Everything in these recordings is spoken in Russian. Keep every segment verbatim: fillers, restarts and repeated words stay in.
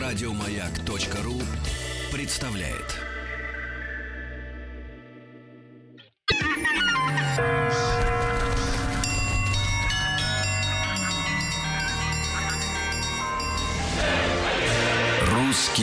Радиомаяк.ру представляет. Русский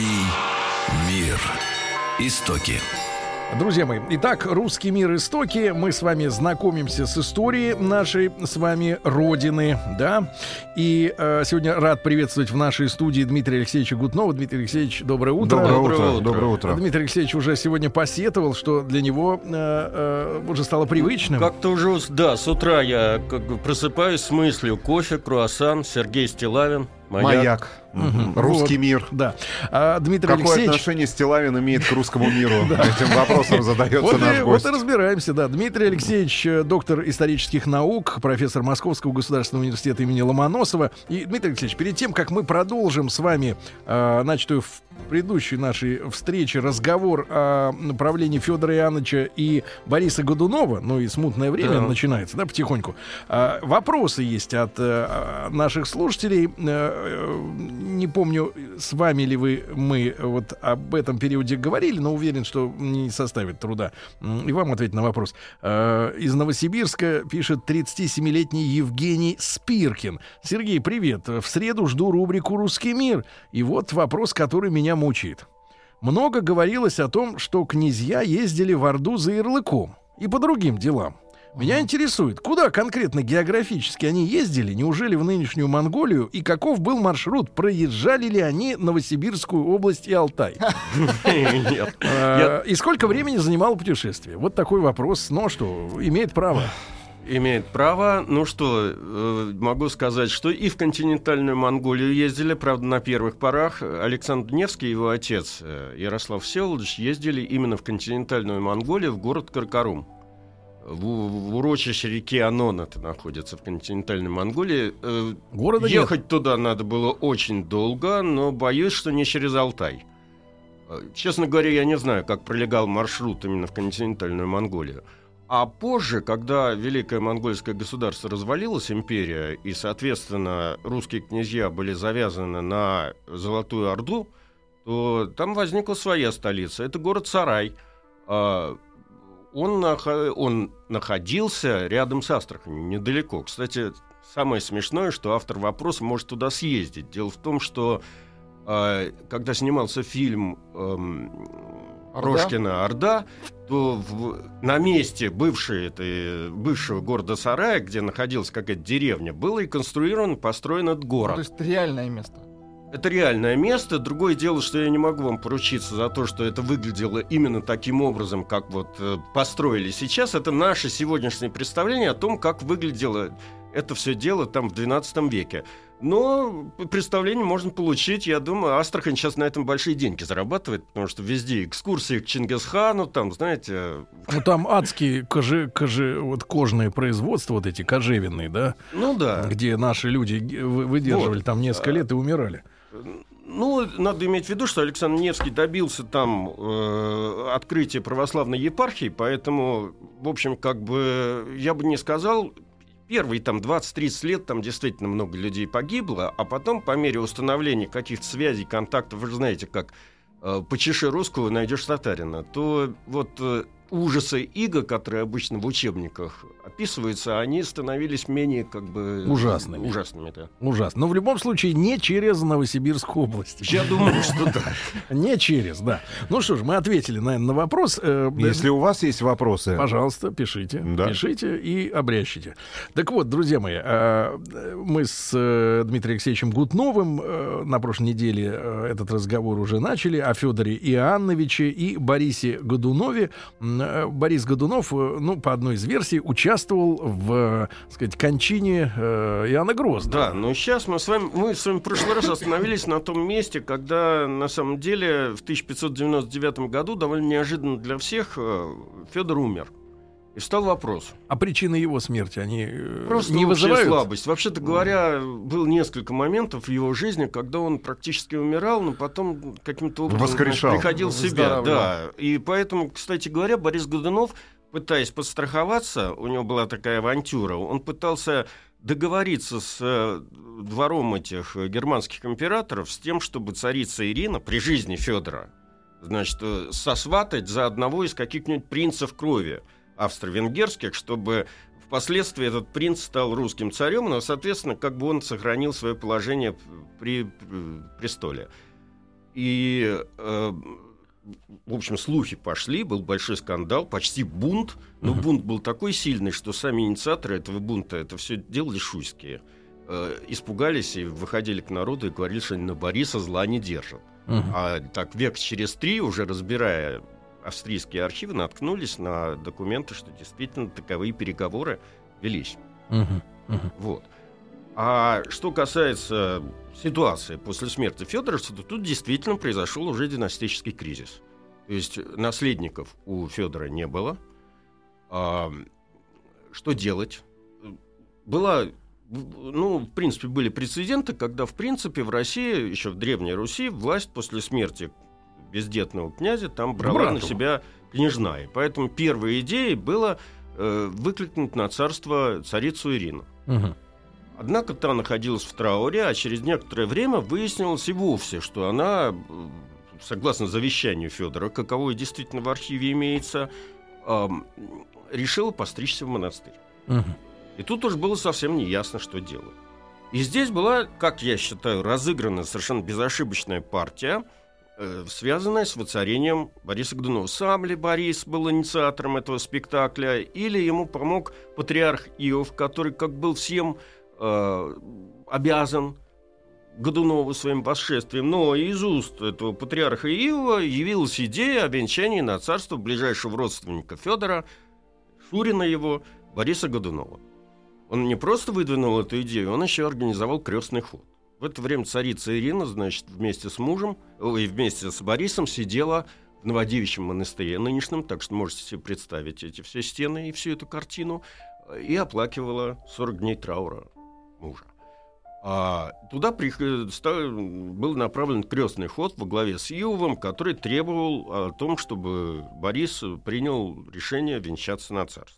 мир. Истоки. Друзья мои, итак, «Русский мир. Истоки». Мы с вами знакомимся с историей нашей с вами Родины, да. И э, сегодня рад приветствовать в нашей студии Дмитрия Алексеевича Гутнова. Дмитрий Алексеевич, доброе утро. Доброе утро. Доброе утро. Дмитрий Алексеевич уже сегодня посетовал, что для него э, э, уже стало привычным. Как-то уже, да, с утра я как бы просыпаюсь с мыслью: кофе, круассан, Сергей Стиллавин, Маяк. Маяк. Угу. Русский вот, мир. Да. А, Дмитрий Какое Алексеевич... отношение Стиллавин имеет к русскому миру? Этим вопросом задается наш гость. Вот и разбираемся, да. Дмитрий Алексеевич, доктор исторических наук, профессор Московского государственного университета имени Ломоносова. И, Дмитрий Алексеевич, перед тем, как мы продолжим с вами э, начатую в предыдущей нашей встрече разговор о правлении Федора Иоанновича и Бориса Годунова, ну и смутное время да. начинается, да, потихоньку. Э, вопросы есть от э, наших слушателей. Э, не помню, с вами ли вы мы вот об этом периоде говорили, но уверен, что не составит труда и вам ответить на вопрос. Из Новосибирска пишет тридцатисемилетний Евгений Спиркин. Сергей, привет. В среду жду рубрику «Русский мир». И вот вопрос, который меня мучает. Много говорилось о том, что князья ездили в Орду за ярлыком и по другим делам. Меня интересует, куда конкретно географически они ездили, неужели в нынешнюю Монголию, и каков был маршрут, проезжали ли они Новосибирскую область и Алтай? Нет. И сколько времени занимало путешествие? Вот такой вопрос, но что, имеет право? Имеет право. Ну что, могу сказать, что и в континентальную Монголию ездили, правда, на первых порах. Александр Невский и его отец Ярослав Всеволодович ездили именно в континентальную Монголию, в город Каркарум. В, в урочище реки Анон это находится в континентальной Монголии. Города Ехать нет. туда надо было очень долго, но боюсь, что не через Алтай. Честно говоря, я не знаю, как пролегал маршрут именно в континентальную Монголию. А позже, когда Великое Монгольское государство развалилось, империя, и, соответственно, русские князья были завязаны на Золотую Орду, то там возникла своя столица. Это город Сарай. Он, нах- он находился рядом с Астраханью, недалеко. Кстати, самое смешное, что автор вопроса может туда съездить. Дело в том, что э, когда снимался фильм э, Прошкина «Орда», то в, на месте бывшей, этой, бывшего города Сарая, где находилась какая-то деревня, был реконструирован, построен этот город. Ну, то есть это реальное место. Это реальное место. Другое дело, что я не могу вам поручиться за то, что это выглядело именно таким образом, как вот э, построили сейчас. Это наше сегодняшнее представление о том, как выглядело это все дело там в двенадцатом веке. Но представление можно получить, я думаю, Астрахань сейчас на этом большие деньги зарабатывает, потому что везде экскурсии к Чингисхану, там, знаете... Ну, там адские кожи, кожи, вот кожные производства, вот эти кожевенные, да? Ну, да. Где наши люди выдерживали вот. там несколько лет и умирали. Ну, надо иметь в виду, что Александр Невский добился там э, открытия православной епархии, поэтому, в общем, как бы, я бы не сказал, первые там двадцать-тридцать лет там действительно много людей погибло, а потом, по мере установления каких-то связей, контактов, вы же знаете, как э, почеши русского, найдешь татарина, то вот э, ужасы иго, которые обычно в учебниках описываются, они становились менее как бы... Ужасными. Ужасными, да. Ужасно. Но в любом случае не через Новосибирскую область. Я думаю, что да. Не через, да. Ну что ж, мы ответили, наверное, на вопрос. Если у вас есть вопросы... Пожалуйста, пишите. Да. Пишите и обрящите. Так вот, друзья мои, мы с Дмитрием Алексеевичем Гутновым на прошлой неделе этот разговор уже начали о Федоре Иоанновиче и Борисе Годунове. Борис Годунов, ну, по одной из версий, участвовал в, так сказать, кончине э, Иоанна Грозного. Да, но сейчас мы с вами, мы с вами в прошлый раз остановились на том месте, когда, на самом деле, в тысяча пятьсот девяносто девятом году, довольно неожиданно для всех, Федор умер. И встал вопрос. А причины его смерти, они Просто не вызывают? слабость. Вообще-то говоря, было несколько моментов в его жизни, когда он практически умирал, но потом каким-то образом Воскрешал. приходил в себя. Да. И поэтому, кстати говоря, Борис Годунов, пытаясь подстраховаться, у него была такая авантюра, он пытался договориться с э, двором этих германских императоров с тем, чтобы царица Ирина при жизни Федора, значит, э, сосватать за одного из каких-нибудь принцев крови австро-венгерских, чтобы впоследствии этот принц стал русским царем, но, соответственно, как бы он сохранил свое положение при, при престоле. И, э, в общем, слухи пошли, был большой скандал, почти бунт, но uh-huh. бунт был такой сильный, что сами инициаторы этого бунта, это все делали шуйские, э, испугались и выходили к народу и говорили, что они на Бориса зла не держат. Uh-huh. А так век через три, уже разбирая австрийские архивы, наткнулись на документы, что действительно таковые переговоры велись. Uh-huh. Uh-huh. Вот. А что касается ситуации после смерти Федора, то тут действительно произошел уже династический кризис. То есть наследников у Федора не было. А, что делать? Была, ну, в принципе, были прецеденты, когда, в принципе, в России, еще в Древней Руси, власть после смерти бездетного князя там брала Брату. на себя княжна. И поэтому первой идеей было э, выкликнуть на царство царицу Ирину. Угу. Однако та находилась в трауре, а через некоторое время выяснилось и вовсе, что она, согласно завещанию Федора, каковое действительно в архиве имеется, э, решила постричься в монастырь. Угу. И тут уж было совсем неясно, что делать. И здесь была, как я считаю, разыграна совершенно безошибочная партия, э, связанная с воцарением Бориса Годунова. Сам ли Борис был инициатором этого спектакля, или ему помог патриарх Иов, который как был всем э, обязан Годунову своим восшествием. Но из уст этого патриарха Иова явилась идея о венчании на царство ближайшего родственника Федора, Шурина его, Бориса Годунова. Он не просто выдвинул эту идею, он еще организовал крестный ход. В это время царица Ирина, значит, вместе с мужем и вместе с Борисом сидела в Новодевичьем монастыре нынешнем, так что можете себе представить эти все стены и всю эту картину, и оплакивала сорок дней траура мужа. А туда был направлен крестный ход во главе с Иовом, который требовал о том, чтобы Борис принял решение венчаться на царство.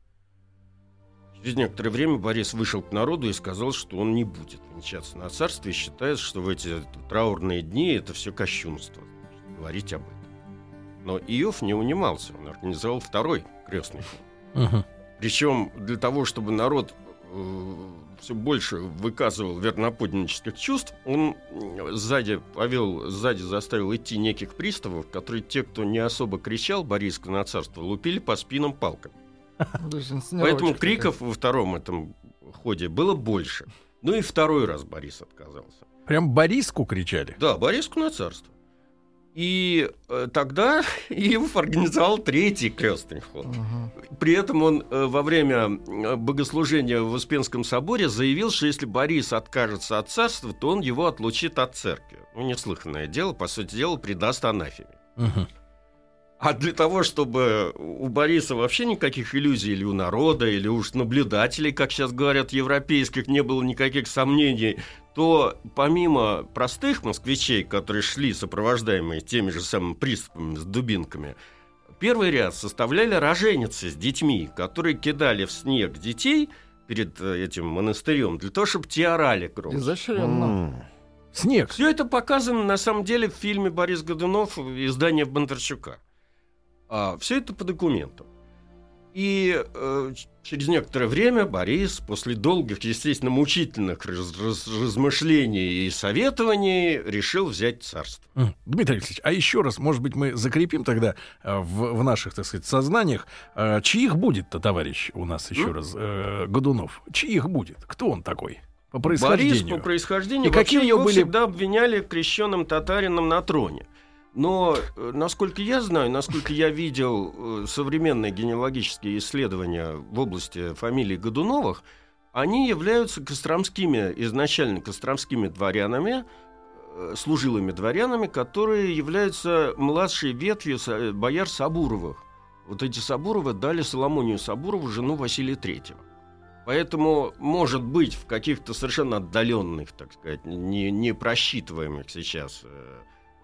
Через некоторое время Борис вышел к народу и сказал, что он не будет венчаться на царство, и считает, что в эти траурные дни это все кощунство, говорить об этом. Но Иов не унимался, он организовал второй крестный ход. Uh-huh. Причем для того, чтобы народ э, все больше выказывал верноподданнических чувств, он сзади повел, сзади заставил идти неких приставов, которые те, кто не особо кричал Бориску на царство, лупили по спинам палками. Поэтому криков во втором этом ходе было больше. Ну и второй раз Борис отказался. Прям Бориску кричали? Да, Бориску на царство. И э, тогда Иов организовал третий крестный ход. Угу. При этом он э, во время богослужения в Успенском соборе заявил, что если Борис откажется от царства, то он его отлучит от церкви. Ну, неслыханное дело, по сути дела, предаст анафеме. Угу. А для того, чтобы у Бориса вообще никаких иллюзий, или у народа, или уж наблюдателей, как сейчас говорят, европейских, не было никаких сомнений, то помимо простых москвичей, которые шли сопровождаемые теми же самыми приступами с дубинками, первый ряд составляли роженицы с детьми, которые кидали в снег детей перед этим монастырем для того, чтобы те орали громче. Изощренно. Mm. Снег. Все это показано на самом деле в фильме «Борис Годунов» издания Бондарчука. А, все это по документам. И э, через некоторое время Борис, после долгих, естественно, мучительных раз- раз- размышлений и советований, решил взять царство. Mm. Дмитрий Алексеевич, а еще раз, может быть, мы закрепим тогда э, в, в наших, так сказать, сознаниях, э, чьих будет-то, товарищ, у нас еще mm. раз, э, Годунов? Чьих будет? Кто он такой? По происхождению. Борис по происхождению. И какие у него были... всегда обвиняли крещенным татарином на троне. Но, насколько я знаю, насколько я видел современные генеалогические исследования в области фамилий Годуновых, они являются костромскими, изначально костромскими дворянами, служилыми дворянами, которые являются младшей ветвью бояр Сабуровых. Вот эти Сабуровы дали Соломонию Сабурову жену Василия Третьего. Поэтому, может быть, в каких-то совершенно отдаленных, так сказать, не, не просчитываемых сейчас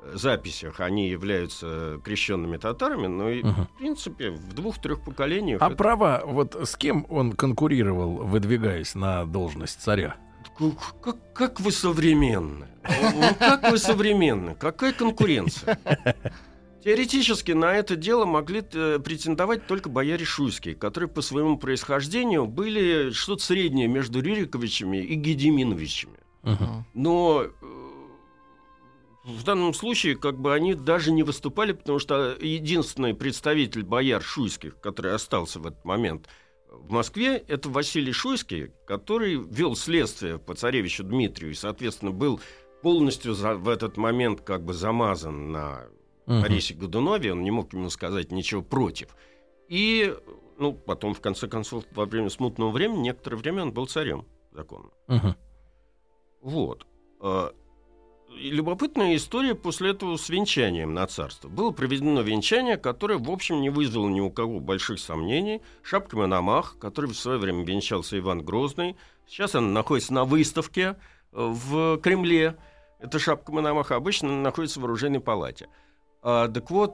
записях они являются крещенными татарами, но и, Угу. в принципе в двух-трех поколениях. А это... права, вот с кем он конкурировал, выдвигаясь на должность царя? Как, как, как вы современны? Ну, как вы современны? Какая конкуренция? Теоретически на это дело могли э, претендовать только бояре шуйские, которые по своему происхождению были что-то среднее между Рюриковичами и Гедеминовичами. Угу. Но э, в данном случае как бы они даже не выступали, потому что единственный представитель бояр шуйских, который остался в этот момент в Москве, это Василий Шуйский, который вел следствие по царевичу Дмитрию и, соответственно, был полностью за, в этот момент как бы замазан на Борисе Годунове, он не мог ему сказать ничего против. И, ну, потом, в конце концов, во время смутного времени, некоторое время он был царем законно. Угу. Вот. И любопытная история после этого с венчанием на царство. Было проведено венчание, которое, в общем, не вызвало ни у кого больших сомнений. Шапка Мономах, который в свое время венчался Иван Грозный. Сейчас она находится на выставке в Кремле. Эта шапка Мономаха обычно находится в оружейной палате. А, так вот,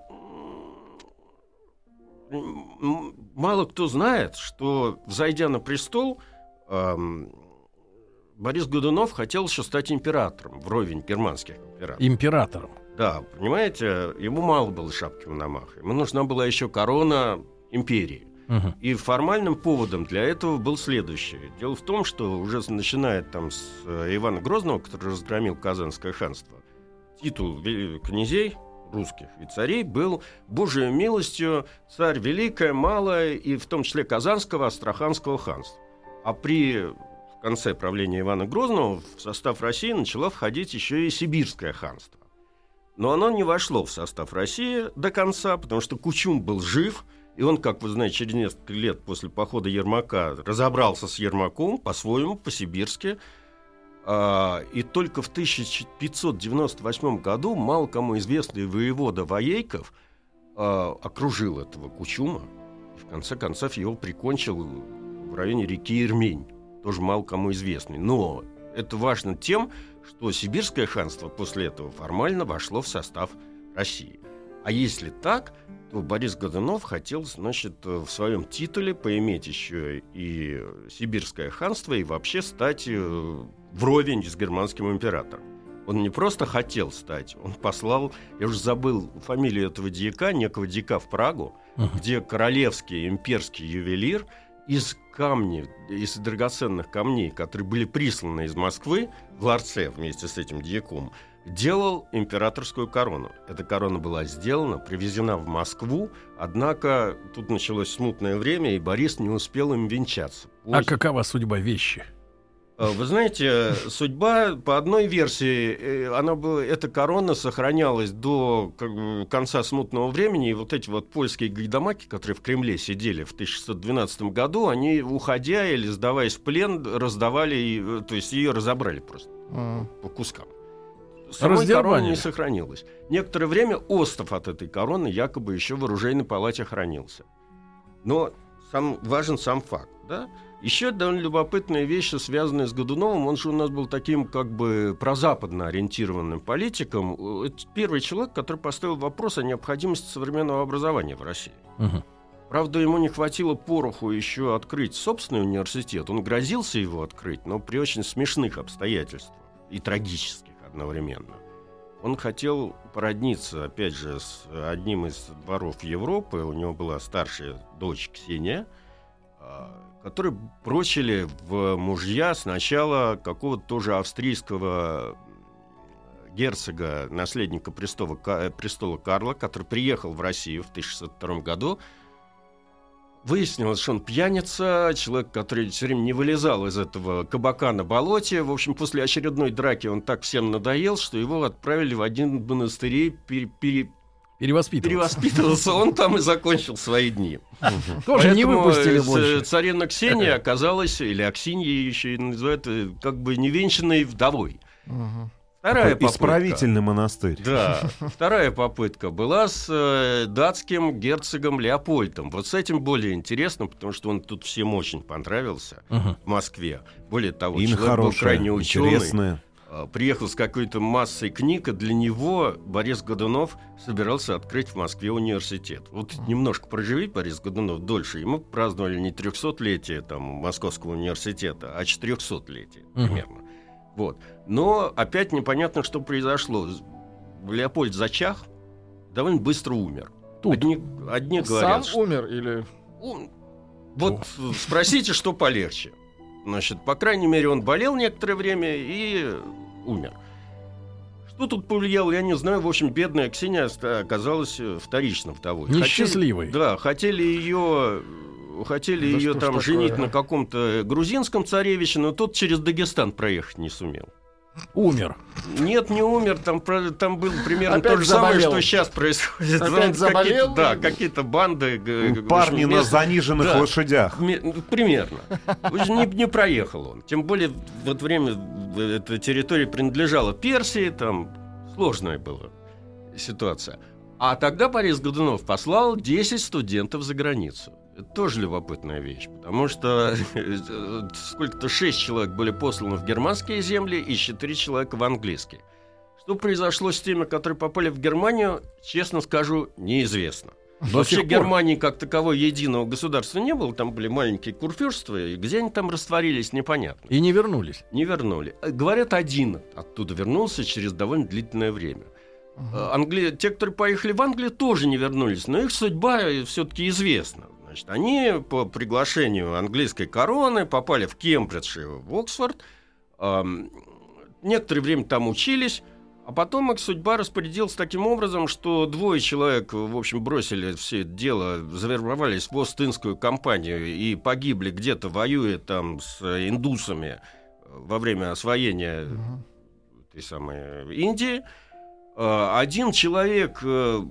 мало кто знает, что, взойдя на престол, Борис Годунов хотел еще стать императором, вровень германских императоров. Императором. Да, понимаете, ему мало было шапки Мономаха. Ему нужна была еще корона империи. Угу. И формальным поводом для этого был следующий. Дело в том, что уже начиная там с Ивана Грозного, который разгромил Казанское ханство, титул князей русских и царей был Божией милостью царь Великое, Малое и в том числе Казанского, Астраханского ханства. А при в конце правления Ивана Грозного в состав России начало входить еще и Сибирское ханство. Но оно не вошло в состав России до конца, потому что Кучум был жив, и он, как вы знаете, через несколько лет после похода Ермака разобрался с Ермаком по-своему, по-сибирски. И только в тысяча пятьсот девяносто восьмом году мало кому известный воевода Воейков окружил этого Кучума и в конце концов его прикончил в районе реки Ирмень, тоже мало кому известный. Но это важно тем, что Сибирское ханство после этого формально вошло в состав России. А если так, то Борис Годунов хотел, значит, в своем титуле поиметь еще и Сибирское ханство и вообще стать вровень с германским императором. Он не просто хотел стать, он послал, я уже забыл фамилию этого дьяка, некого дьяка в Прагу, uh-huh. где королевский имперский ювелир из камней, из драгоценных камней, которые были присланы из Москвы в ларце вместе с этим дьяком, делал императорскую корону. Эта корона была сделана, привезена в Москву, однако тут началось смутное время, и Борис не успел им венчаться. А какова судьба вещи? Вы знаете, судьба, по одной версии, она была, эта корона сохранялась до конца смутного времени, и вот эти вот польские гайдамаки, которые в Кремле сидели в тысяча шестьсот двенадцатом году, они, уходя или сдаваясь в плен, раздавали, то есть ее разобрали просто mm. по кускам. Самой короны не сохранилась. Некоторое время остов от этой короны якобы еще в оружейной палате хранился. Но сам, важен сам факт, да? Еще довольно любопытные вещи, связанные с Годуновым. Он же у нас был таким как бы прозападно ориентированным политиком. Это первый человек, который поставил вопрос о необходимости современного образования в России. Угу. Правда, ему не хватило пороху еще открыть собственный университет. Он грозился его открыть, но при очень смешных обстоятельствах и трагических одновременно. Он хотел породниться, опять же, с одним из дворов Европы. У него была старшая дочь Ксения, которые прочили в мужья сначала какого-то тоже австрийского герцога, наследника престола, престола Карла, который приехал в Россию в тысяча шестьсот втором году. Выяснилось, что он пьяница, человек, который все время не вылезал из этого кабака на болоте. В общем, после очередной драки он так всем надоел, что его отправили в один из монастырей пере, пере, перевоспитываться. перевоспитываться. Он там и закончил свои дни. Тоже не выпустили больше. Царевна Ксения оказалась, или Аксинья еще называют, как бы невенчанной вдовой. Вторая попытка. Исправительный монастырь. Да. Вторая попытка была с э, датским герцогом Леопольдом. Вот с этим более интересно, потому что он тут всем очень понравился uh-huh. в Москве. Более того, имя человек хорошее, был крайне ученый. Интересное. приехал с какой-то массой книг, и для него Борис Годунов собирался открыть в Москве университет. Вот немножко проживи Борис Годунов дольше, и мы праздновали не трехсотлетие там, Московского университета, а четырехсотлетие примерно. Uh-huh. Вот. Но опять непонятно, что произошло. Леопольд Зачах довольно быстро умер. Тут. Одни, одни Сам говорят, что... умер или... Он... Вот спросите, что полегче. Значит, по крайней мере, он болел некоторое время и умер. Что тут повлияло, я не знаю. В общем, бедная Ксения оказалась вторично вдовой. Несчастливой. Хотели, да, хотели ее, хотели да ее там женить такое, на каком-то грузинском царевиче, но тот через Дагестан проехать не сумел. Умер. Нет, не умер. Там, там было примерно Опять то же самое, заболел. что сейчас происходит. Опять Там заболел? Какие-то, да, какие-то банды. Парни в общем, на мест- заниженных да. лошадях. Ми- Примерно. В общем, Не, не проехал он. Тем более в это время эта территория принадлежала Персии. Там сложная была ситуация. А тогда Борис Годунов послал десять студентов за границу. Это тоже любопытная вещь, потому что сколько-то шесть человек были посланы в германские земли и четыре человека в английские. Что произошло с теми, которые попали в Германию, честно скажу, неизвестно. До Вообще сих пор. Германии как таковой единого государства не было, там были маленькие курфюрства, и где они там растворились, непонятно. И не вернулись. Не вернули. Говорят, один оттуда вернулся через довольно длительное время. Uh-huh. Англи... Те, которые поехали в Англию, тоже не вернулись, но их судьба все-таки известна. Значит, они по приглашению английской короны попали в Кембридж и в Оксфорд, эм, некоторое время там учились, а потом их судьба распорядилась таким образом, что двое человек, в общем, бросили все это дело, завербовались в Ост-Индскую компанию и погибли где-то, воюя там с индусами во время освоения uh-huh. этой самой Индии. Один человек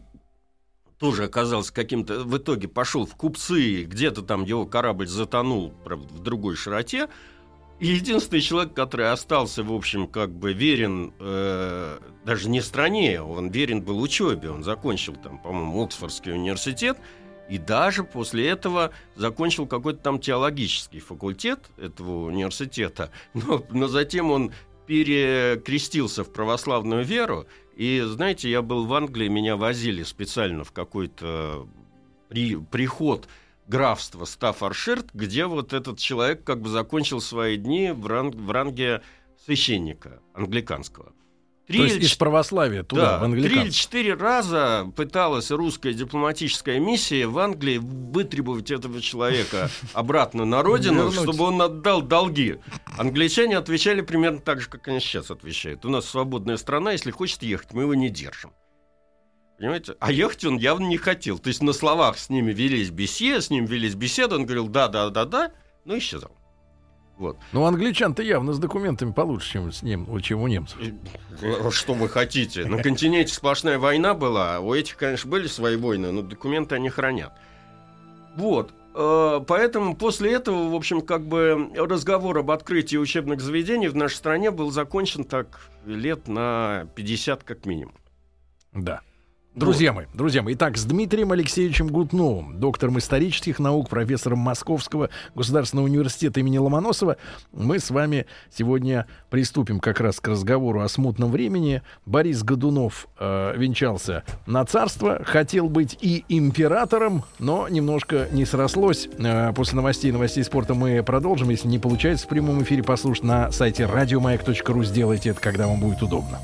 тоже оказался каким-то... В итоге пошел в купцы, где-то там его корабль затонул, правда, в другой широте. И единственный человек, который остался, в общем, как бы верен э, даже не стране, он верен был учебе. Он закончил там, по-моему, Оксфордский университет. И даже после этого закончил какой-то там теологический факультет этого университета. Но, но затем он перекрестился в православную веру. И, знаете, я был в Англии, меня возили специально в какой-то при, приход графства Стаффордшир, где вот этот человек как бы закончил свои дни в, ранг, в ранге священника англиканского. Три То есть из православия туда, да, в англиканство. Три или четыре раза пыталась русская дипломатическая миссия в Англии вытребовать этого человека обратно на родину, чтобы он отдал долги. Англичане отвечали примерно так же, как они сейчас отвечают. У нас свободная страна, если хочет ехать, мы его не держим. Понимаете? А ехать он явно не хотел. То есть на словах с ними велись беседы, с ним велись беседы, он говорил да-да-да-да, но исчезал. Вот. Ну, англичан-то явно с документами получше, чем, с ним, чем у немцев. Что вы хотите? На континенте сплошная война была. У этих, конечно, были свои войны, но документы они хранят. Вот. Поэтому после этого, в общем, как бы разговор об открытии учебных заведений в нашей стране был закончен так лет на пятьдесят как минимум. Да. Друзья мои, друзья мои, итак, с Дмитрием Алексеевичем Гутновым, доктором исторических наук, профессором Московского государственного университета имени Ломоносова, мы с вами сегодня приступим как раз к разговору о смутном времени. Борис Годунов э, венчался на царство, хотел быть и императором, но немножко не срослось. Э, после новостей, новостей спорта мы продолжим. Если не получается в прямом эфире послушать, на сайте радиомаяк точка ру сделайте это, когда вам будет удобно.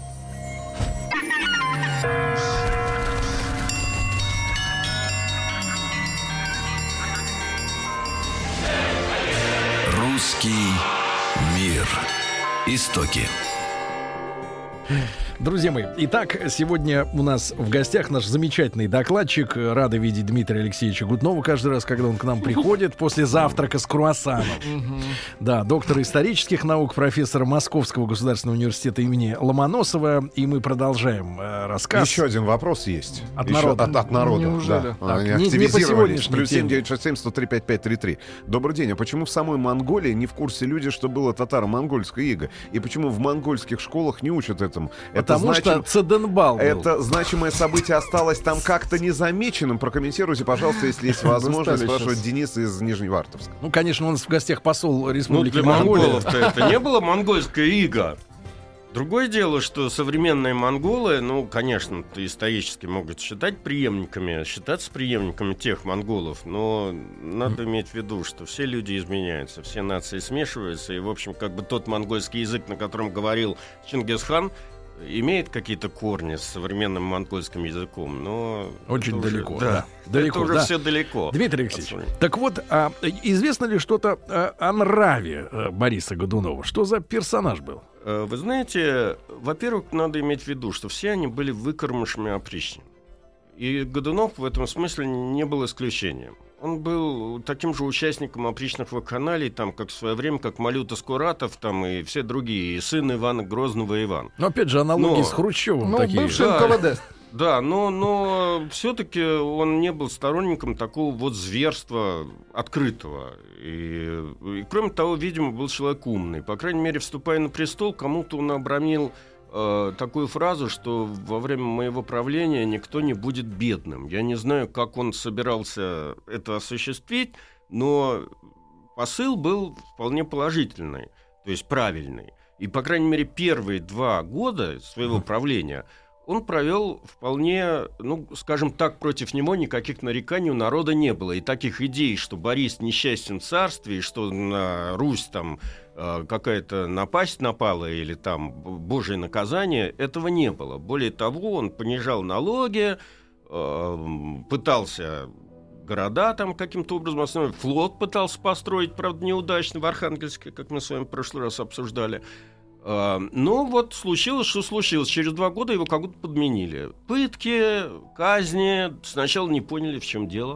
Русский мир. Истоки. Друзья мои, итак, сегодня у нас в гостях наш замечательный докладчик. Рады видеть Дмитрия Алексеевича Гутнова каждый раз, когда он к нам приходит после завтрака с круассаном. Да, доктор исторических наук, профессор Московского государственного университета имени Ломоносова. И мы продолжаем э, рассказ. Еще один вопрос есть. От Еще народа. От, от народа. Неужели? Да. Они Так, не- не по активизировались. сегодняшней Плюс теме. семь девятьсот семь сто три пятьдесят пять тридцать три. Добрый день. А почему в самой Монголии не в курсе люди, что было татаро-монгольское иго? И почему в монгольских школах не учат этому? Потому это что Цеденбал был. Это значимое событие осталось там как-то незамеченным. Прокомментируйте, пожалуйста, если есть возможность, Достали спрашивает сейчас. Денис из Нижневартовска. Ну, конечно, у нас в гостях посол Ну, Республики для Монголия. монголов-то это не было монгольское иго. Другое дело, что современные монголы, ну, конечно, исторически могут считать преемниками, считаться преемниками тех монголов, но надо иметь в виду, что все люди изменяются, все нации смешиваются, и, в общем, как бы тот монгольский язык, на котором говорил Чингисхан, имеет какие-то корни с современным монгольским языком, но... Очень далеко. Уже, да, да. Далеко, это уже да. все далеко. Дмитрий Алексеевич, так вот, а, известно ли что-то а, о нраве а, Бориса Годунова? Что за персонаж был? Вы знаете, во-первых, надо иметь в виду, что все они были выкормышами опричнин. И Годунов в этом смысле не был исключением. Он был таким же участником опричных вакханалий, там, как в свое время, как Малюта Скуратов, там, и все другие, и сын Ивана Грозного Иван. Но опять же, аналогии но, с Хрущевым ну, такие. бывший Да. эн ка вэ дэ. Да, но, но все-таки он не был сторонником такого вот зверства открытого. И, и кроме того, видимо, был человек умный. По крайней мере, вступая на престол, кому-то он обронил э, такую фразу, что во время моего правления никто не будет бедным. Я не знаю, как он собирался это осуществить, но посыл был вполне положительный, то есть правильный. И, по крайней мере, первые два года своего правления он провел вполне, ну, скажем так, против него никаких нареканий у народа не было. И таких идей, что Борис несчастен в царстве, и что на Русь там э, какая-то напасть напала или там божье наказание, этого не было. Более того, он понижал налоги, э, пытался города там каким-то образом основать, флот пытался построить, правда, неудачно, в Архангельске, как мы с вами в прошлый раз обсуждали. Но вот случилось, что случилось. Через два года его как будто подменили. Пытки, казни. Сначала не поняли, в чем дело.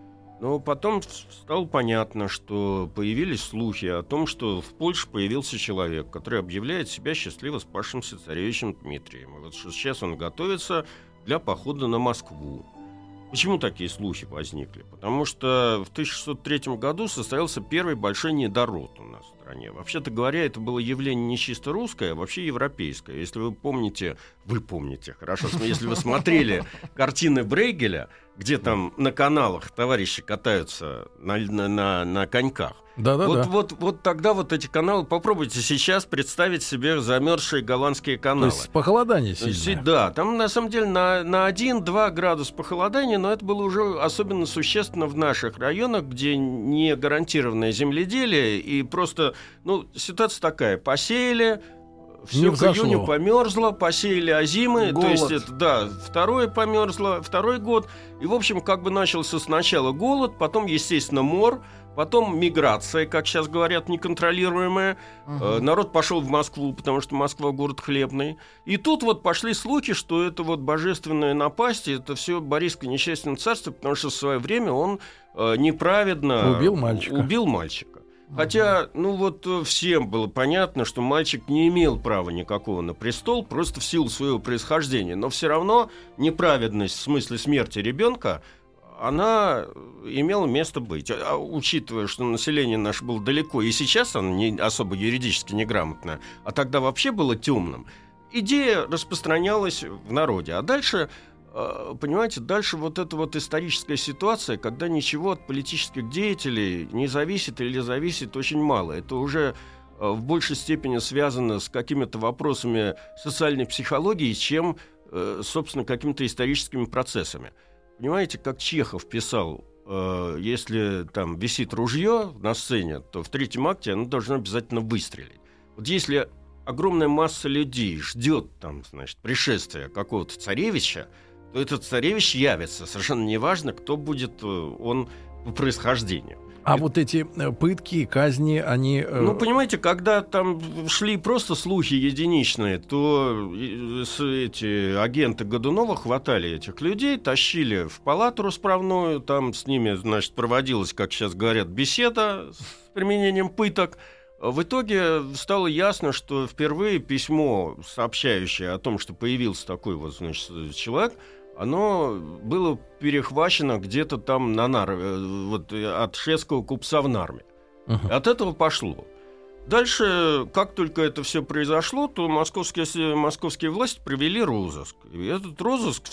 Но потом стало понятно, что появились слухи о том, что в Польше появился человек, который объявляет себя счастливо спасшимся царевичем Дмитрием. И вот что сейчас он готовится для похода на Москву. Почему такие слухи возникли? Потому что в тысяча шестьсот третьем году состоялся первый большой недород у нас в стране. Вообще-то говоря, это было явление не чисто русское, а вообще европейское. Если вы помните, вы помните, хорошо, если вы смотрели картины Брейгеля, где там на каналах товарищи катаются на, на, на, на коньках. Да-да-да. Вот, вот, вот тогда вот эти каналы, попробуйте сейчас представить себе замерзшие голландские каналы. То есть похолодание сильное. Си- Да, там на самом деле на, на один-два градуса похолодания, но это было уже особенно существенно в наших районах, где не гарантированное земледелие, и просто, ну, ситуация такая, посеяли, все к июню померзло, посеяли озимы, то есть это, да, второе померзло, второй год, и, в общем, как бы начался сначала голод, потом, естественно, мор, потом миграция, как сейчас говорят, неконтролируемая. Uh-huh. Народ пошел в Москву, потому что Москва город хлебный. И тут вот пошли слухи, что это вот божественная напасть, это все Борисское несчастное царство, потому что в свое время он э, неправедно убил мальчика. Убил мальчика. Uh-huh. Хотя, ну вот всем было понятно, что мальчик не имел права никакого на престол, просто в силу своего происхождения. Но все равно неправедность в смысле смерти ребенка, она имела место быть. А учитывая, что население наше было далеко, и сейчас оно не особо юридически неграмотное, а тогда вообще было темным, идея распространялась в народе. А дальше, понимаете, дальше вот эта вот историческая ситуация, когда ничего от политических деятелей не зависит или зависит очень мало. Это уже в большей степени связано с какими-то вопросами социальной психологии, чем, собственно, какими-то историческими процессами. Понимаете, как Чехов писал, э, если там висит ружье на сцене, то в третьем акте оно должно обязательно выстрелить. Вот если огромная масса людей ждет там, значит, пришествия какого-то царевича, то этот царевич явится. Совершенно неважно, кто будет он по происхождению. А это... вот эти пытки, казни, они... Ну, понимаете, когда там шли просто слухи единичные, то эти агенты Годунова хватали этих людей, тащили в палату расправную, там с ними, значит, проводилась, как сейчас говорят, беседа с применением пыток. В итоге стало ясно, что впервые письмо, сообщающее о том, что появился такой вот, значит, человек, оно было перехвачено где-то там на нар... вот, от шведского купца в Нарме. Uh-huh. От этого пошло. Дальше, как только это все произошло, то московские, московские власти провели розыск. И этот розыск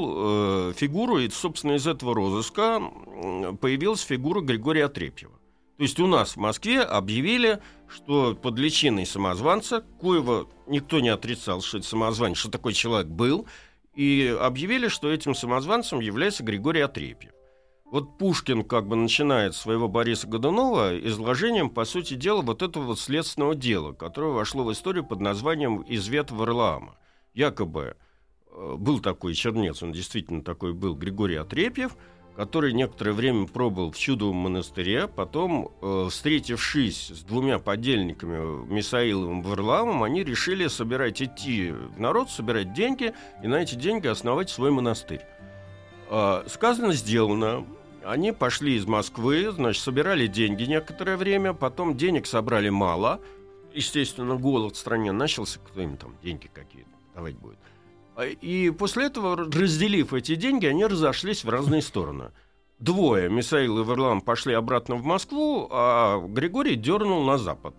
вскрыл э, фигуру, и, собственно, из этого розыска появилась фигура Григория Отрепьева. То То есть у нас в Москве объявили, что под личиной самозванца, коего никто не отрицал, что это самозванец, что такой человек был, и объявили, что этим самозванцем является Григорий Отрепьев. Вот Пушкин как бы начинает своего Бориса Годунова изложением, по сути дела, вот этого вот следственного дела, которое вошло в историю под названием «Извет Варлаама». Якобы э, был такой чернец, он действительно такой был, Григорий Отрепьев, который некоторое время пробыл в Чудовом монастыре, потом, э, встретившись с двумя подельниками, Мисаиловым и Варлаамом, они решили собирать, идти в народ, собирать деньги и на эти деньги основать свой монастырь. Э, сказано, сделано. Они пошли из Москвы, значит, собирали деньги некоторое время, потом денег собрали мало. Естественно, голод в стране начался, кто им там деньги какие-то давать будет. И после этого, разделив эти деньги, они разошлись в разные стороны. Двое, Мисаил и Варлаам, пошли обратно в Москву, а Григорий дернул на запад.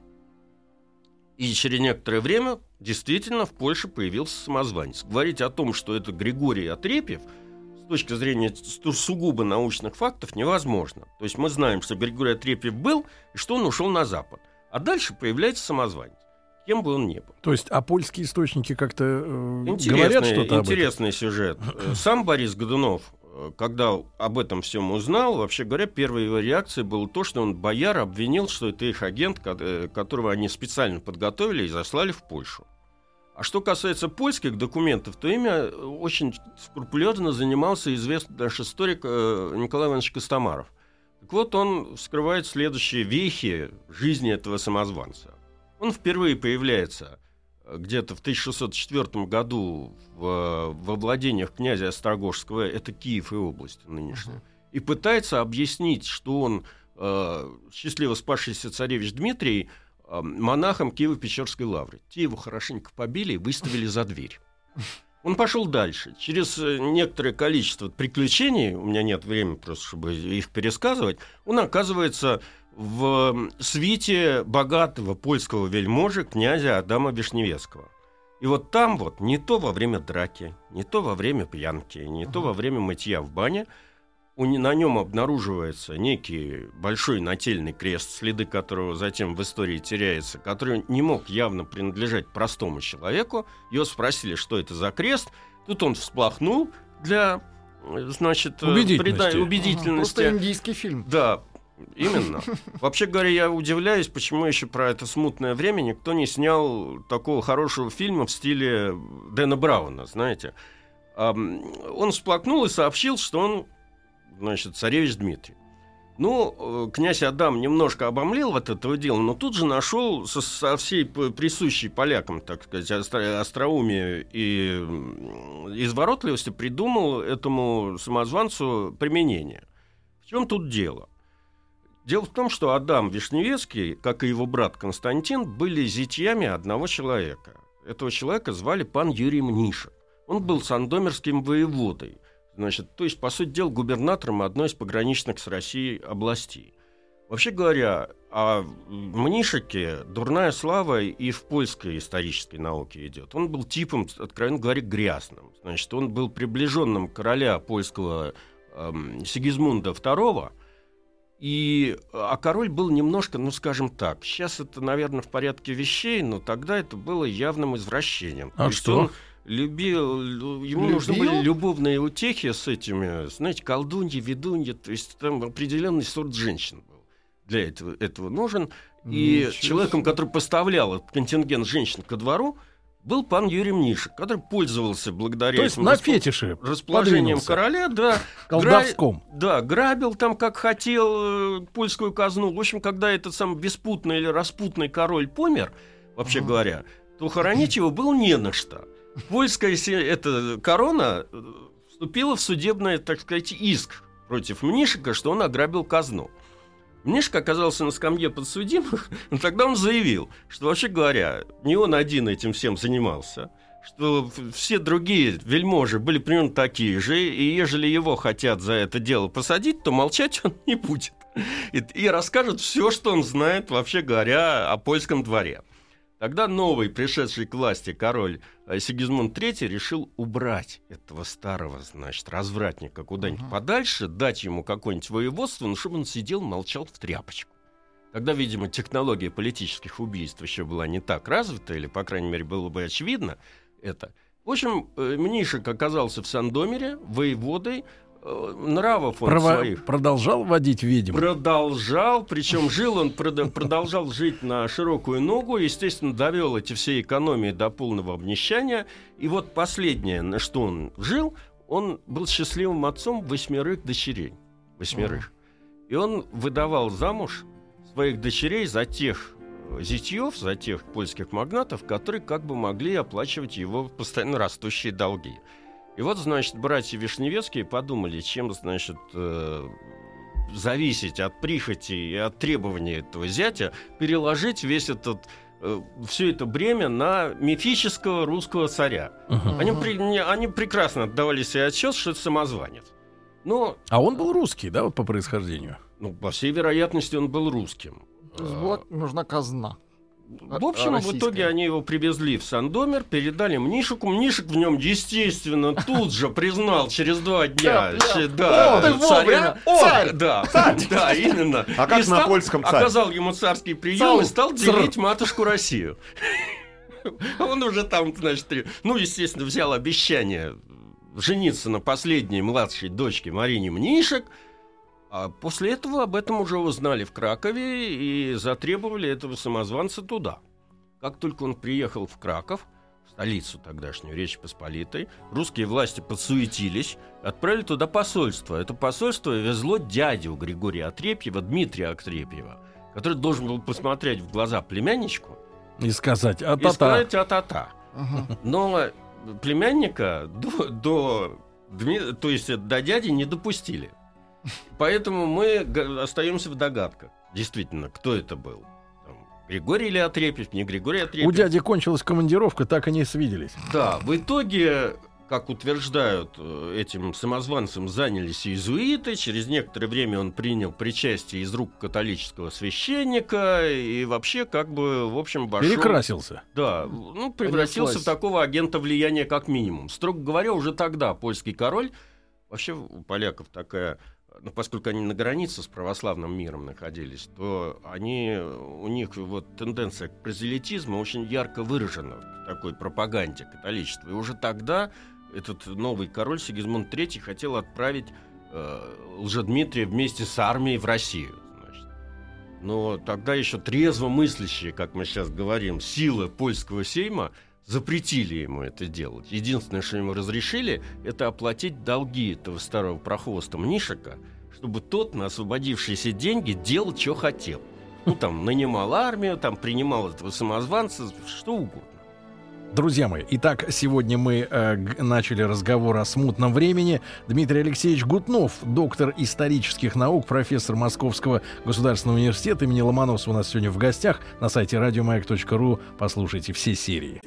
И через некоторое время действительно в Польше появился самозванец. Говорить о том, что это Григорий Отрепьев, с точки зрения сугубо научных фактов, невозможно. То есть мы знаем, что Григорий Отрепьев был, и что он ушел на запад. А дальше появляется самозванец. Кем бы он ни был. То есть, а польские источники как-то э, интересный, говорят что-то об интересный этом? сюжет. Сам Борис Годунов, когда об этом всем узнал, вообще говоря, первой его реакцией было то, что он бояр обвинил, что это их агент, которого они специально подготовили и заслали в Польшу. А что касается польских документов, то ими очень скрупулезно занимался известный наш историк Николай Иванович Костомаров. Так вот, он вскрывает следующие вехи жизни этого самозванца. Он впервые появляется где-то в тысяча шестьсот четвёртом году в, во владениях князя Острогожского, это Киев и область нынешняя, uh-huh. и пытается объяснить, что он, э, счастливо спасшийся царевич Дмитрий, э, монахом Киево-Печерской лавры. Те его хорошенько побили и выставили за дверь. Он пошел дальше. Через некоторое количество приключений, у меня нет времени просто, чтобы их пересказывать, он оказывается в свите богатого польского вельможи князя Адама Вишневецкого. И вот там вот не то во время драки, не то во время пьянки, не то во время мытья в бане на нем обнаруживается некий большой нательный крест, следы которого затем в истории теряются, который не мог явно принадлежать простому человеку. Его спросили, что это за крест. Тут он всплакнул для, значит, убедительности. Прида... убедительности. Ага, просто индийский фильм. Да. Именно. Вообще говоря, я удивляюсь, почему еще про это смутное время никто не снял такого хорошего фильма в стиле Дэна Брауна, знаете. Он всплакнул и сообщил, что он, значит, царевич Дмитрий. Ну, князь Адам немножко обомлел от этого дела, но тут же нашел со, со всей присущей полякам, так сказать, остро, остроумие и изворотливости, придумал этому самозванцу применение. В чем тут дело? Дело в том, что Адам Вишневецкий, как и его брат Константин, были зятьями одного человека. Этого человека звали пан Юрий Мнишек. Он был сандомирским воеводой, значит, то есть, по сути дела, губернатором одной из пограничных с Россией областей. Вообще говоря, о Мнишеке дурная слава и в польской исторической науке идет. Он был типом, откровенно говоря, грязным. Значит, он был приближенным короля польского э, Сигизмунда второго. И, а король был немножко, ну, скажем так, сейчас это, наверное, в порядке вещей, но тогда это было явным извращением. А То что? Он любил, ему любил? нужны были любовные утехи с этими, знаете, колдуньи, ведуньи, то есть там определенный сорт женщин был для этого, этого нужен. И Ничего человеком, себе. который поставлял этот контингент женщин ко двору, был пан Юрий Мнишек, который пользовался благодаря То есть этим на расп... фетише расположением подвинулся. короля, да, колдовском. Гра... Да, грабил там, как хотел, э, польскую казну. В общем, когда этот сам беспутный или распутный король помер, вообще uh-huh. говоря, то хоронить его было не на что. Польская эта корона вступила в судебный, так сказать, иск против Мнишека, что он ограбил казну. Мнишек оказался на скамье подсудимых, но тогда он заявил, что, вообще говоря, не он один этим всем занимался, что все другие вельможи были примерно такие же, и ежели его хотят за это дело посадить, то молчать он не будет. И, и расскажет все, что он знает, вообще говоря, о польском дворе. Тогда новый, пришедший к власти король Сигизмунд третий решил убрать этого старого, значит, развратника куда-нибудь uh-huh. подальше, дать ему какое-нибудь воеводство, но чтобы он сидел, молчал в тряпочку. Тогда, видимо, технология политических убийств еще была не так развита, или, по крайней мере, было бы очевидно это. В общем, Мнишек оказался в Сандомире, воеводой. Нравов он Прово... своих продолжал водить ведьм? Продолжал, причем жил он, продолжал жить на широкую ногу, естественно, довел эти все экономии до полного обнищания. И вот последнее, на что он жил, он был счастливым отцом восьмерых дочерей. Восьмерых. И он выдавал замуж своих дочерей за тех зятьев, за тех польских магнатов, которые как бы могли оплачивать его постоянно растущие долги. И вот, значит, братья Вишневецкие подумали, чем, значит, э, зависеть от прихоти и от требований этого зятя, переложить весь этот, э, все это бремя на мифического русского царя. Uh-huh. Они, при, они прекрасно отдавали себе отчет, что это самозванец. Но, а он был русский, да, вот по происхождению? Ну, по всей вероятности, он был русским. То есть вот нужна казна. В общем, российская. В итоге они его привезли в Сандомир, передали Мнишеку. Мнишек в нем, естественно, тут же признал через два дня да, царя. Царь! Да, да, именно. А как на польском царь? Оказал ему царский прием и стал делить матушку Россию. Он уже там, значит, ну, естественно, взял обещание жениться на последней младшей дочке Марине Мнишек. А после этого об этом уже узнали в Кракове и затребовали этого самозванца туда. Как только он приехал в Краков, столицу тогдашнюю Речи Посполитой, русские власти подсуетились, отправили туда посольство. Это посольство везло дядю Григория Отрепьева, Дмитрия Отрепьева, который должен был посмотреть в глаза племянничку и сказать «а-та-та». И сказать «а-та-та». Uh-huh. Но племянника до, до, то есть до дяди не допустили. Поэтому мы остаемся в догадках. Действительно, кто это был? Там, Григорий или Отрепьев? Не Григорий Отрепьев. У дяди кончилась командировка, так и не свиделись. Да, в итоге, как утверждают, этим самозванцем занялись иезуиты. Через некоторое время он принял причастие из рук католического священника и вообще как бы, в общем, вошел... Перекрасился. Да, ну, превратился Понеслась. в такого агента влияния как минимум. Строго говоря, уже тогда польский король... Вообще у поляков такая... Ну, поскольку они на границе с православным миром находились, то они, у них вот тенденция к прозелитизму очень ярко выражена в такой пропаганде католичества. И уже тогда этот новый король Сигизмунд третий хотел отправить э, Лжедмитрия вместе с армией в Россию. Значит. Но тогда еще трезво мыслящие, как мы сейчас говорим, силы польского сейма запретили ему это делать. Единственное, что ему разрешили, это оплатить долги этого старого прохвоста Мнишека, чтобы тот на освободившиеся деньги делал, что хотел. Ну, там, нанимал армию, там, принимал этого самозванца, что угодно. Друзья мои, итак, сегодня мы э, г- начали разговор о смутном времени. Дмитрий Алексеевич Гутнов, доктор исторических наук, профессор Московского государственного университета имени Ломоносова у нас сегодня в гостях. На сайте радиомаяк точка ру послушайте все серии.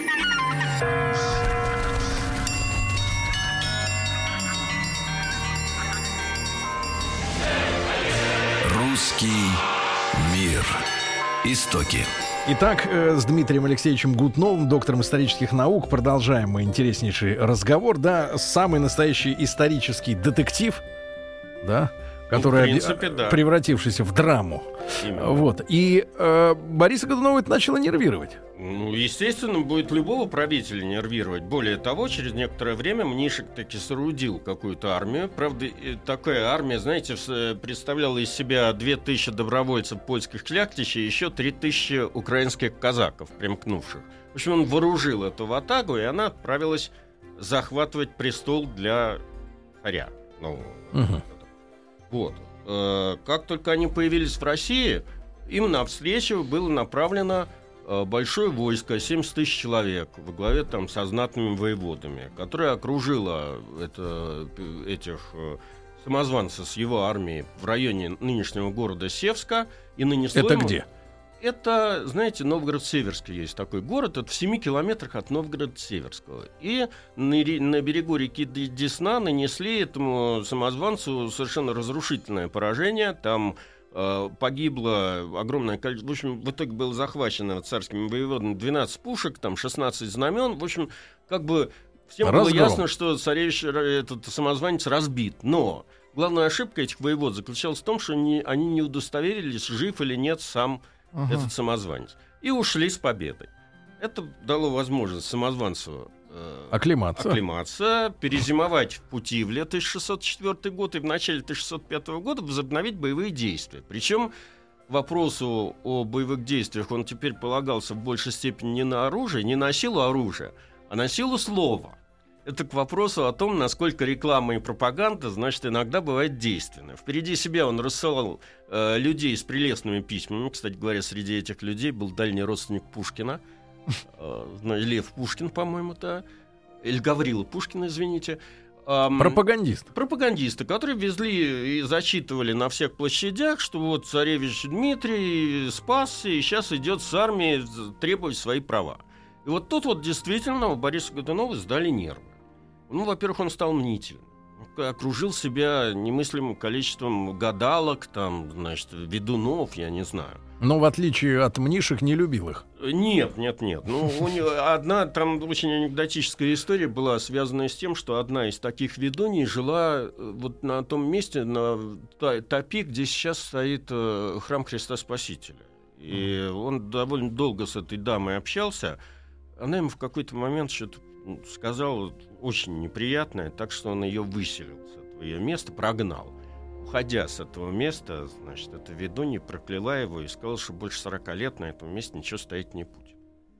Русский мир. Истоки. Итак, э, с Дмитрием Алексеевичем Гутновым, доктором исторических наук, продолжаем мы интереснейший разговор. Да, самый настоящий исторический детектив, да, который, ну, в принципе, оби- да. превратившийся в драму. Именно. Вот. И э, Бориса Годунова это начало нервировать. Ну, естественно, будет любого правителя нервировать. Более того, через некоторое время Мнишек таки соорудил какую-то армию. Правда, такая армия, знаете, представляла из себя две тысячи добровольцев польских шляхтичей и еще три тысячи украинских казаков, примкнувших. В общем, он вооружил эту ватагу, и она отправилась захватывать престол для царя нового. Угу. Вот. Как только они появились в России, им навстречу было направлено большое войско, семьдесят тысяч человек, во главе там со знатными воеводами, которое окружило это, этих самозванцев с его армией в районе нынешнего города Севска и нанесло Это ему... где? Это, знаете, Новгород-Северский есть такой город. Это в семи километрах от Новгорода-Северского. И на, на берегу реки Десна нанесли этому самозванцу совершенно разрушительное поражение. Там э, погибло огромное количество... В общем, в итоге было захвачено царскими воеводами двенадцать пушек, там шестнадцать знамен. В общем, как бы всем Разгром. было ясно, что царевич, этот самозванец разбит. Но главная ошибка этих воевод заключалась в том, что они, они не удостоверились, жив или нет сам uh-huh. этот самозванец. И ушли с победой. Это дало возможность самозванцу э, оклематься. оклематься, перезимовать в Путивле тысяча шестьсот четвёртый год и в начале тысяча шестьсот пятого года возобновить боевые действия. Причем к вопросу о боевых действиях он теперь полагался в большей степени не на оружие, не на силу оружия, а на силу слова. Это к вопросу о том, насколько реклама и пропаганда, значит, иногда бывает действенна. Впереди себя он рассылал э, людей с прелестными письмами. Кстати говоря, среди этих людей был дальний родственник Пушкина. Э, Лев Пушкин, по-моему, да. Или Гаврила Пушкина, извините. Эм, Пропагандист. Пропагандисты, которые везли и зачитывали на всех площадях, что вот царевич Дмитрий спасся и сейчас идет с армией требовать свои права. И вот тут вот действительно у Бориса Годунова сдали нервы. Ну, во-первых, он стал мнительным. Окружил себя немыслимым количеством гадалок, там, значит, ведунов, я не знаю. Но в отличие от мнишек не любил их. Нет, нет, нет. Ну, у него одна там очень анекдотическая история была, связанная с тем, что одна из таких ведуней жила вот на том месте, на топе, где сейчас стоит храм Христа Спасителя. И он довольно долго с этой дамой общался. Она ему в какой-то момент что-то сказала очень неприятное, так что он ее выселил с этого ее места, прогнал. Уходя с этого места, значит, эта ведунья прокляла его и сказала, что больше сорока лет на этом месте ничего стоять не будет.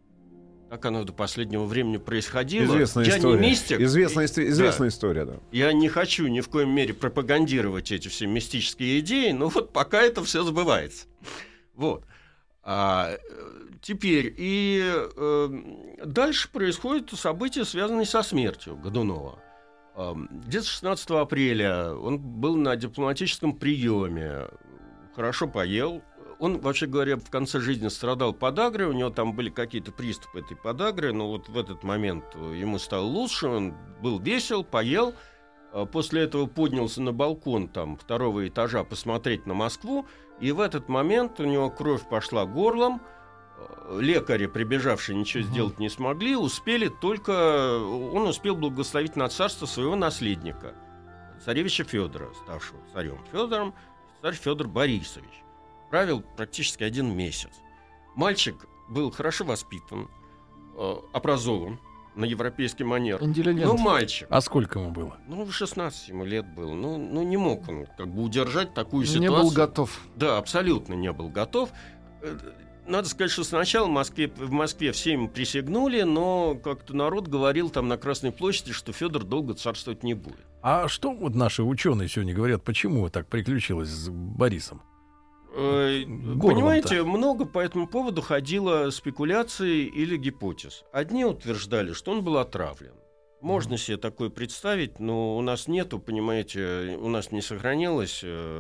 Так оно до последнего времени происходило. Известная я история. не мистик. Известная, и, известная да. история, да. Я не хочу ни в коем мере пропагандировать эти все мистические идеи, но вот пока это все сбывается. Вот. А, теперь и э, дальше происходят события, связанные со смертью Годунова. Э, где-то шестнадцатого апреля он был на дипломатическом приеме, хорошо поел. Он, вообще говоря, в конце жизни страдал подагрой, у него там были какие-то приступы этой подагры, но вот в этот момент ему стало лучше, он был весел, поел. После этого поднялся на балкон там, второго этажа посмотреть на Москву, и в этот момент у него кровь пошла горлом, лекари, прибежавшие, ничего uh-huh. сделать не смогли, успели только... Он успел благословить на царство своего наследника, царевича Федора, ставшего царем Федором, царь Федор Борисович. Правил практически один месяц. Мальчик был хорошо воспитан, образован, на европейский манер. Интеллигент. Ну, мальчик. А сколько ему было? Ну, шестнадцать ему лет было. Ну, ну, не мог он как бы удержать такую ситуацию. Не был готов. Да, абсолютно не был готов. Надо сказать, что сначала в Москве, в Москве все ему присягнули, но как-то народ говорил там на Красной площади, что Федор долго царствовать не будет. А что вот наши ученые сегодня говорят, почему так приключилось с Борисом? Понимаете, много по этому поводу ходило спекуляций или гипотез. Одни утверждали, что он был отравлен. Можно себе такое представить, но у нас нету, понимаете, у нас не сохранилось.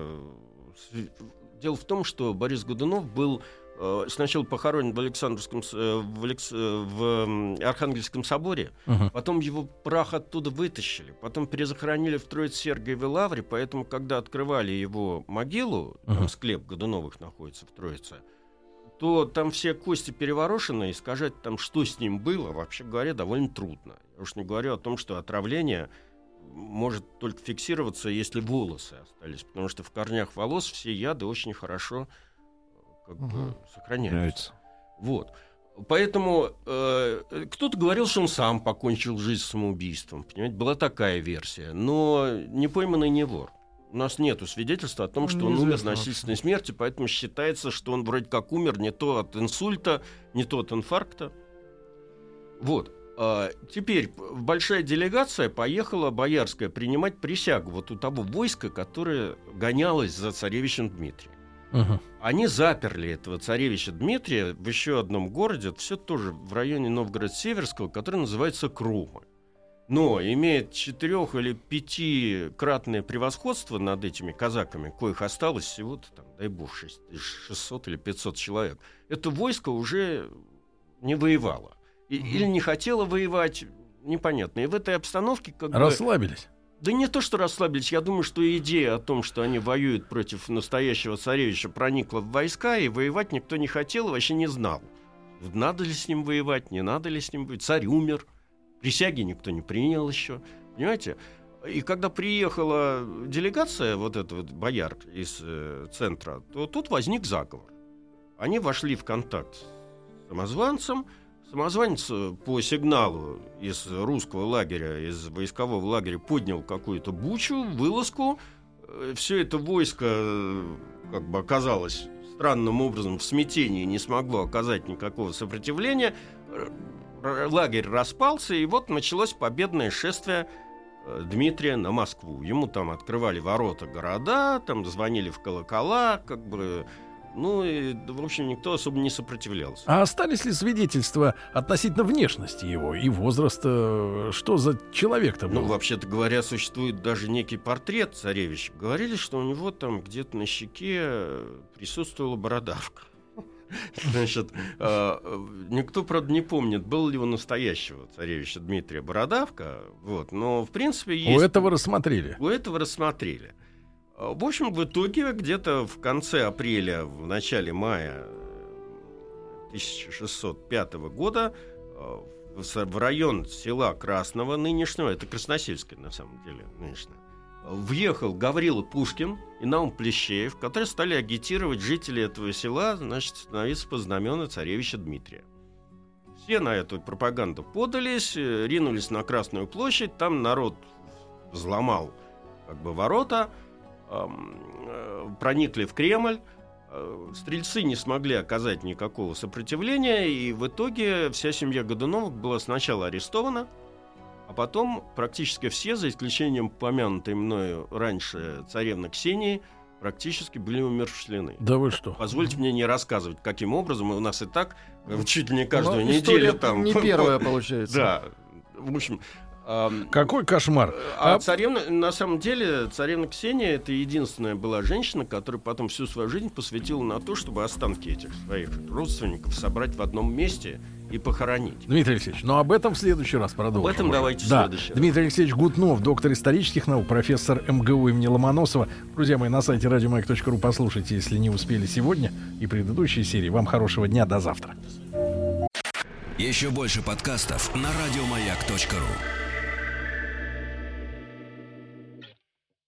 Дело в том, что Борис Годунов был сначала похоронен в Александровском, в, Алекс... в Архангельском соборе, uh-huh. потом его прах оттуда вытащили, потом перезахоронили в Троице-Сергиевой лавре, поэтому, когда открывали его могилу, uh-huh. там склеп Годуновых находится в Троице, то там все кости переворошены, и сказать там, что с ним было, вообще говоря, довольно трудно. Я уж не говорю о том, что отравление может только фиксироваться, если волосы остались, потому что в корнях волос все яды очень хорошо как угу. бы сохраняются. Вот. Поэтому э, кто-то говорил, что он сам покончил жизнь самоубийством. Понимаете, была такая версия. Но не пойманный не вор. У нас нет свидетельства о том, что он умер насильственной смертью, поэтому считается, что он вроде как умер не то от инсульта, не то от инфаркта. Вот. А теперь большая делегация поехала, боярская, принимать присягу вот у того войска, которое гонялось за царевичем Дмитрием. Uh-huh. Они заперли этого царевича Дмитрия в еще одном городе, все тоже в районе Новгород-Северского, который называется Крумы. Но имеет четырех- или пятикратное превосходство над этими казаками, коих осталось всего-то, там, дай бог, шестьсот или пятьсот человек. Это войско уже не воевало. И, uh-huh. Или не хотело воевать, непонятно. И в этой обстановке как бы... Расслабились. Да не то, что расслабились. Я думаю, что идея о том, что они воюют против настоящего царевича, проникла в войска, и воевать никто не хотел и вообще не знал. Надо ли с ним воевать, не надо ли с ним воевать. Царь умер, присяги никто не принял еще. Понимаете? И когда приехала делегация, вот эта вот бояр из э, центра, то тут возник заговор. Они вошли в контакт с самозванцем. Самозванец по сигналу из русского лагеря, из войскового лагеря поднял какую-то бучу, вылазку. Все это войско как бы оказалось странным образом в смятении, не смогло оказать никакого сопротивления. Лагерь распался, и вот началось победное шествие Дмитрия на Москву. Ему там открывали ворота города, там звонили в колокола, как бы... Ну, и, в общем, никто особо не сопротивлялся. А остались ли свидетельства относительно внешности его и возраста? Что за человек-то был? Ну, вообще-то говоря, существует даже некий портрет царевича. Говорили, что у него там где-то на щеке присутствовала бородавка. Значит, никто, правда, не помнит, был ли у настоящего царевича Дмитрия бородавка. Вот, но, в принципе, есть... У этого рассмотрели. У этого рассмотрели. В общем, в итоге где-то в конце апреля, в начале мая тысяча шестьсот пятого года в район села Красного нынешнего, это Красносельское на самом деле нынешнее, въехал Гаврила Пушкин и Наум Плещеев, которые стали агитировать жителей этого села, значит, становиться под знамена царевича Дмитрия. Все на эту пропаганду подались, ринулись на Красную площадь, там народ взломал как бы ворота, проникли в Кремль, стрельцы не смогли оказать никакого сопротивления, и в итоге вся семья Годуновых была сначала арестована, а потом практически все, за исключением помянутой мною раньше царевны Ксении, практически были умерщвлены. Да вы что? Позвольте мне не рассказывать, каким образом. У нас и так чуть ли не каждую Но неделю там... не первая, получается. Да, в общем... Какой кошмар. А, а царевна, на самом деле, царевна Ксения — это единственная была женщина, которая потом всю свою жизнь посвятила на то, чтобы останки этих своих родственников собрать в одном месте и похоронить. Дмитрий Алексеевич, но об этом в следующий раз продолжим. Об этом давайте в да. следующий раз. Дмитрий Алексеевич Гутнов, доктор исторических наук, профессор эм гэ у имени Ломоносова. Друзья мои, на сайте радиомаяк точка ру послушайте, если не успели сегодня, и предыдущие серии. Вам хорошего дня, до завтра. Еще больше подкастов на радиомаяк точка ру.